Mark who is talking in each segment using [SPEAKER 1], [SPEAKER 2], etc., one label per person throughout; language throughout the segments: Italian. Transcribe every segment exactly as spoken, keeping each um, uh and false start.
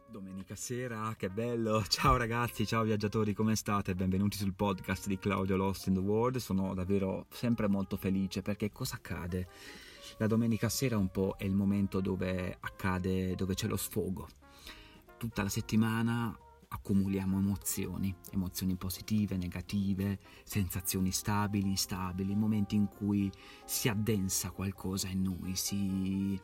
[SPEAKER 1] Domenica sera, che bello! Ciao ragazzi, ciao viaggiatori, come state? Benvenuti sul podcast di Claudio Lost in the World. Sono davvero sempre molto felice perché cosa accade? La domenica sera un po' è il momento dove accade, dove c'è lo sfogo. Tutta la settimana accumuliamo emozioni, emozioni positive, negative, sensazioni stabili, instabili, momenti in cui si addensa qualcosa in noi, si,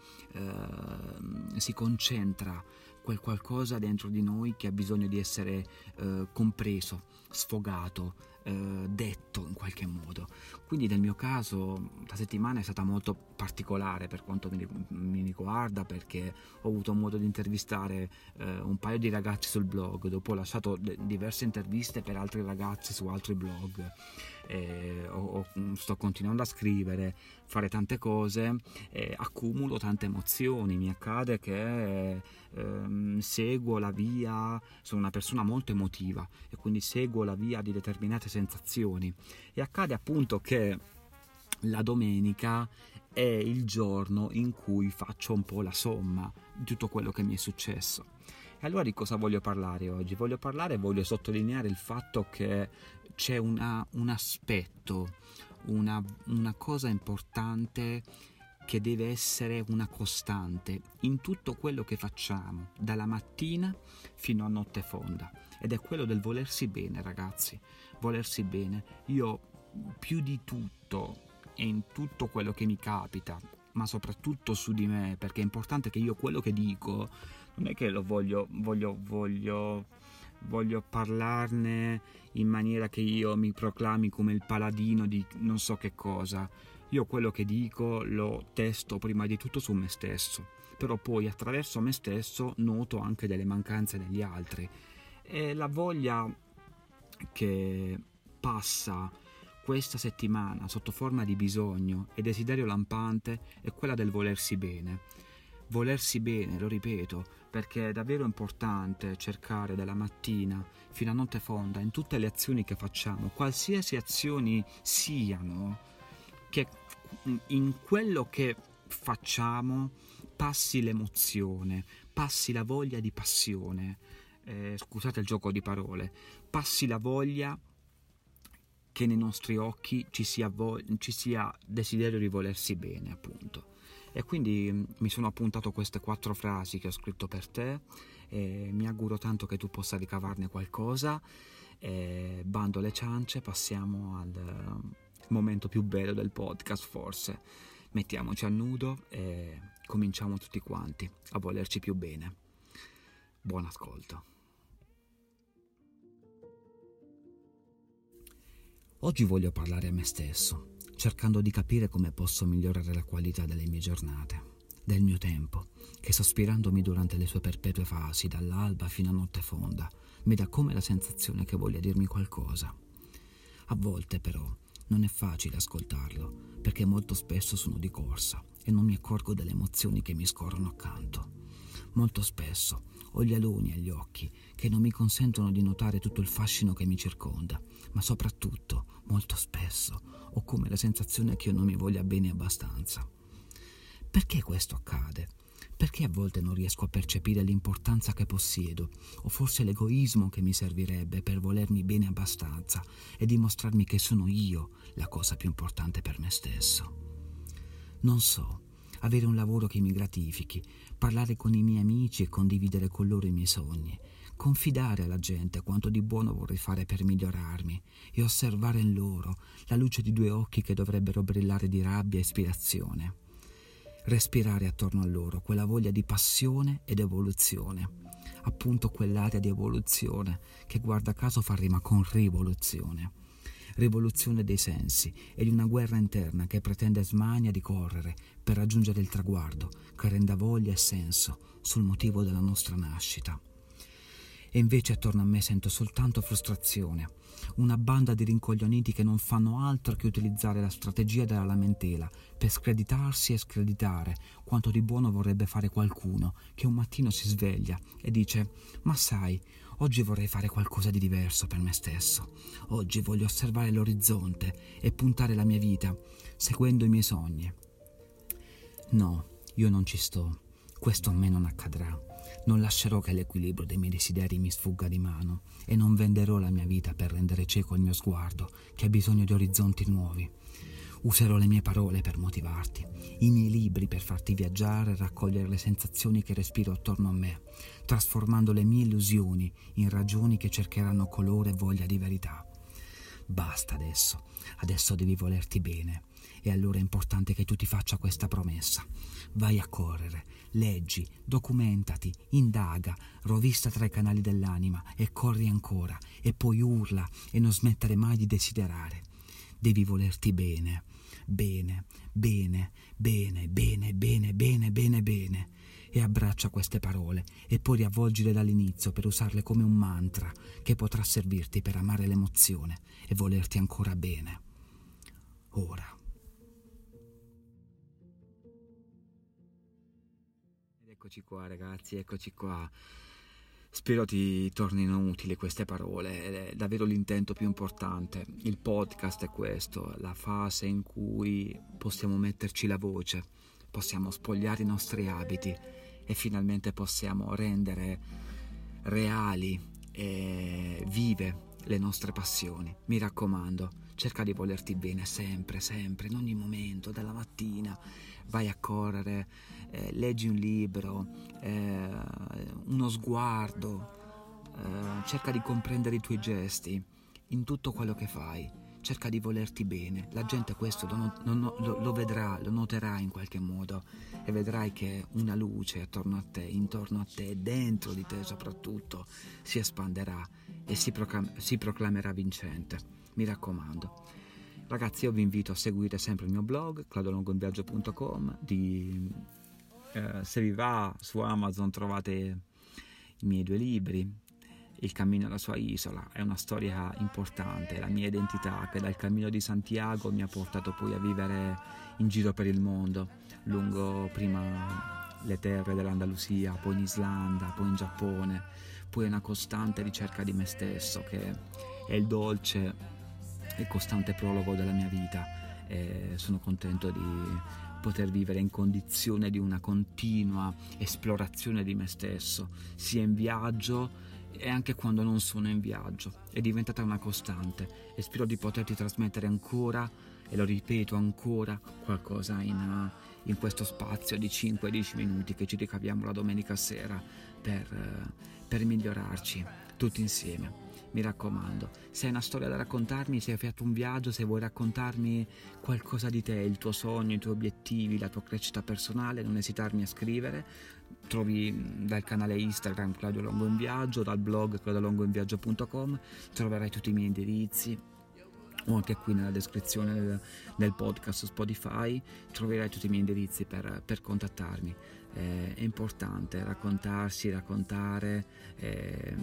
[SPEAKER 1] eh, si concentra quel qualcosa dentro di noi che ha bisogno di essere eh, compreso, sfogato, eh, detto in qualche modo. Quindi nel mio caso la settimana è stata molto particolare per quanto mi, mi riguarda, perché ho avuto modo di intervistare eh, un paio di ragazzi sul blog, dopo ho lasciato de- diverse interviste per altri ragazzi su altri blog, eh, ho, ho, sto continuando a scrivere, fare tante cose, eh, accumulo tante emozioni, mi accade che ehm, seguo la via, sono una persona molto emotiva e quindi seguo la via di determinate sensazioni, e accade appunto che la domenica è il giorno in cui faccio un po' la somma di tutto quello che mi è successo. E allora di cosa voglio parlare oggi? Voglio parlare, voglio sottolineare il fatto che c'è una, un aspetto, una, una cosa importante che deve essere una costante in tutto quello che facciamo, dalla mattina fino a notte fonda, ed è quello del volersi bene, ragazzi, volersi bene. Io più di tutto e in tutto quello che mi capita, ma soprattutto su di me, perché è importante che io quello che dico non è che lo voglio voglio voglio voglio parlarne in maniera che io mi proclami come il paladino di non so che cosa. Io quello che dico lo testo prima di tutto su me stesso, però poi attraverso me stesso noto anche delle mancanze negli altri, e la voglia che passa questa settimana sotto forma di bisogno e desiderio lampante è quella del volersi bene. Volersi bene, lo ripeto, perché è davvero importante cercare dalla mattina fino a notte fonda, in tutte le azioni che facciamo, qualsiasi azioni siano, che in quello che facciamo passi l'emozione, passi la voglia di passione, eh, scusate il gioco di parole, passi la voglia che nei nostri occhi ci sia, vo- ci sia desiderio di volersi bene, appunto. E quindi mi sono appuntato queste quattro frasi che ho scritto per te, e mi auguro tanto che tu possa ricavarne qualcosa. E bando alle ciance, passiamo al momento più bello del podcast, forse. Mettiamoci a nudo e cominciamo tutti quanti a volerci più bene. Buon ascolto. Oggi voglio parlare a me stesso, cercando di capire come posso migliorare la qualità delle mie giornate, del mio tempo, che sospirandomi durante le sue perpetue fasi, dall'alba fino a notte fonda, mi dà come la sensazione che voglia dirmi qualcosa. A volte però non è facile ascoltarlo, perché molto spesso sono di corsa e non mi accorgo delle emozioni che mi scorrono accanto. Molto spesso ho gli aloni agli occhi che non mi consentono di notare tutto il fascino che mi circonda, ma soprattutto, molto spesso, ho come la sensazione che io non mi voglia bene abbastanza. Perché questo accade? Perché a volte non riesco a percepire l'importanza che possiedo, o forse l'egoismo che mi servirebbe per volermi bene abbastanza e dimostrarmi che sono io la cosa più importante per me stesso. Non so. Avere un lavoro che mi gratifichi, parlare con i miei amici e condividere con loro i miei sogni, confidare alla gente quanto di buono vorrei fare per migliorarmi e osservare in loro la luce di due occhi che dovrebbero brillare di rabbia e ispirazione. Respirare attorno a loro quella voglia di passione ed evoluzione, appunto quell'area di evoluzione che guarda caso fa rima con rivoluzione. Rivoluzione dei sensi e di una guerra interna che pretende smania di correre per raggiungere il traguardo che renda voglia e senso sul motivo della nostra nascita. E invece attorno a me sento soltanto frustrazione, una banda di rincoglioniti che non fanno altro che utilizzare la strategia della lamentela per screditarsi e screditare quanto di buono vorrebbe fare qualcuno che un mattino si sveglia e dice: ma sai, oggi vorrei fare qualcosa di diverso per me stesso, oggi voglio osservare l'orizzonte e puntare la mia vita seguendo i miei sogni. No, io non ci sto, questo a me non accadrà. Non lascerò che l'equilibrio dei miei desideri mi sfugga di mano e non venderò la mia vita per rendere cieco il mio sguardo, che ha bisogno di orizzonti nuovi. Userò le mie parole per motivarti, i miei libri per farti viaggiare e raccogliere le sensazioni che respiro attorno a me, trasformando le mie illusioni in ragioni che cercheranno colore e voglia di verità. Basta adesso, adesso devi volerti bene, e allora è importante che tu ti faccia questa promessa. Vai a correre, leggi, documentati, indaga, rovista tra i canali dell'anima e corri ancora, e poi urla e non smettere mai di desiderare. Devi volerti bene, bene, bene, bene, bene, bene, bene, bene, bene. E abbraccia queste parole e poi riavvolgile dall'inizio per usarle come un mantra che potrà servirti per amare l'emozione e volerti ancora bene. Ora. Ed eccoci qua ragazzi, eccoci qua. Spero ti tornino utili queste parole, è davvero l'intento più importante. Il podcast è questo, la fase in cui possiamo metterci la voce, possiamo spogliare i nostri abiti e finalmente possiamo rendere reali e vive le nostre passioni. Mi raccomando, cerca di volerti bene sempre, sempre, in ogni momento, dalla mattina. Vai a correre, eh, leggi un libro, eh, uno sguardo, eh, cerca di comprendere i tuoi gesti in tutto quello che fai, cerca di volerti bene. La gente questo lo, lo, lo, lo vedrà, lo noterà in qualche modo, e vedrai che una luce attorno a te, intorno a te, dentro di te soprattutto, si espanderà e si, proclam- si proclamerà vincente. Mi raccomando. Ragazzi, io vi invito a seguire sempre il mio blog claudio longo in viaggio punto com. Di, eh, se vi va, su Amazon trovate i miei due libri. Il cammino alla sua isola è una storia importante, la mia identità che dal cammino di Santiago mi ha portato poi a vivere in giro per il mondo, lungo prima le terre dell'Andalusia, poi in Islanda, poi in Giappone, poi una costante ricerca di me stesso che è il dolce e costante prologo della mia vita. E sono contento di poter vivere in condizione di una continua esplorazione di me stesso, sia in viaggio e anche quando non sono in viaggio. È diventata una costante e spero di poterti trasmettere ancora, e lo ripeto ancora, qualcosa in, in questo spazio di cinque dieci minuti che ci ricaviamo la domenica sera per, per migliorarci tutti insieme. Mi raccomando, se hai una storia da raccontarmi, se hai fatto un viaggio, se vuoi raccontarmi qualcosa di te, il tuo sogno, i tuoi obiettivi, la tua crescita personale, non esitarmi a scrivere. Trovi dal canale Instagram Claudio Longo in Viaggio, dal blog claudio longo in viaggio punto com, troverai tutti i miei indirizzi, o anche qui nella descrizione del, del podcast su Spotify troverai tutti i miei indirizzi per, per contattarmi. Eh, è importante raccontarsi, raccontare, eh,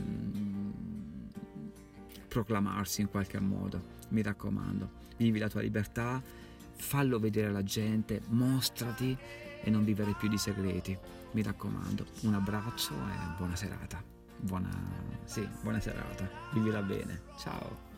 [SPEAKER 1] proclamarsi in qualche modo. Mi raccomando, vivi la tua libertà, fallo vedere alla gente, mostrati e non vivere più di segreti. Mi raccomando, un abbraccio e buona serata. Buona, sì, buona serata. Vivila bene. Ciao.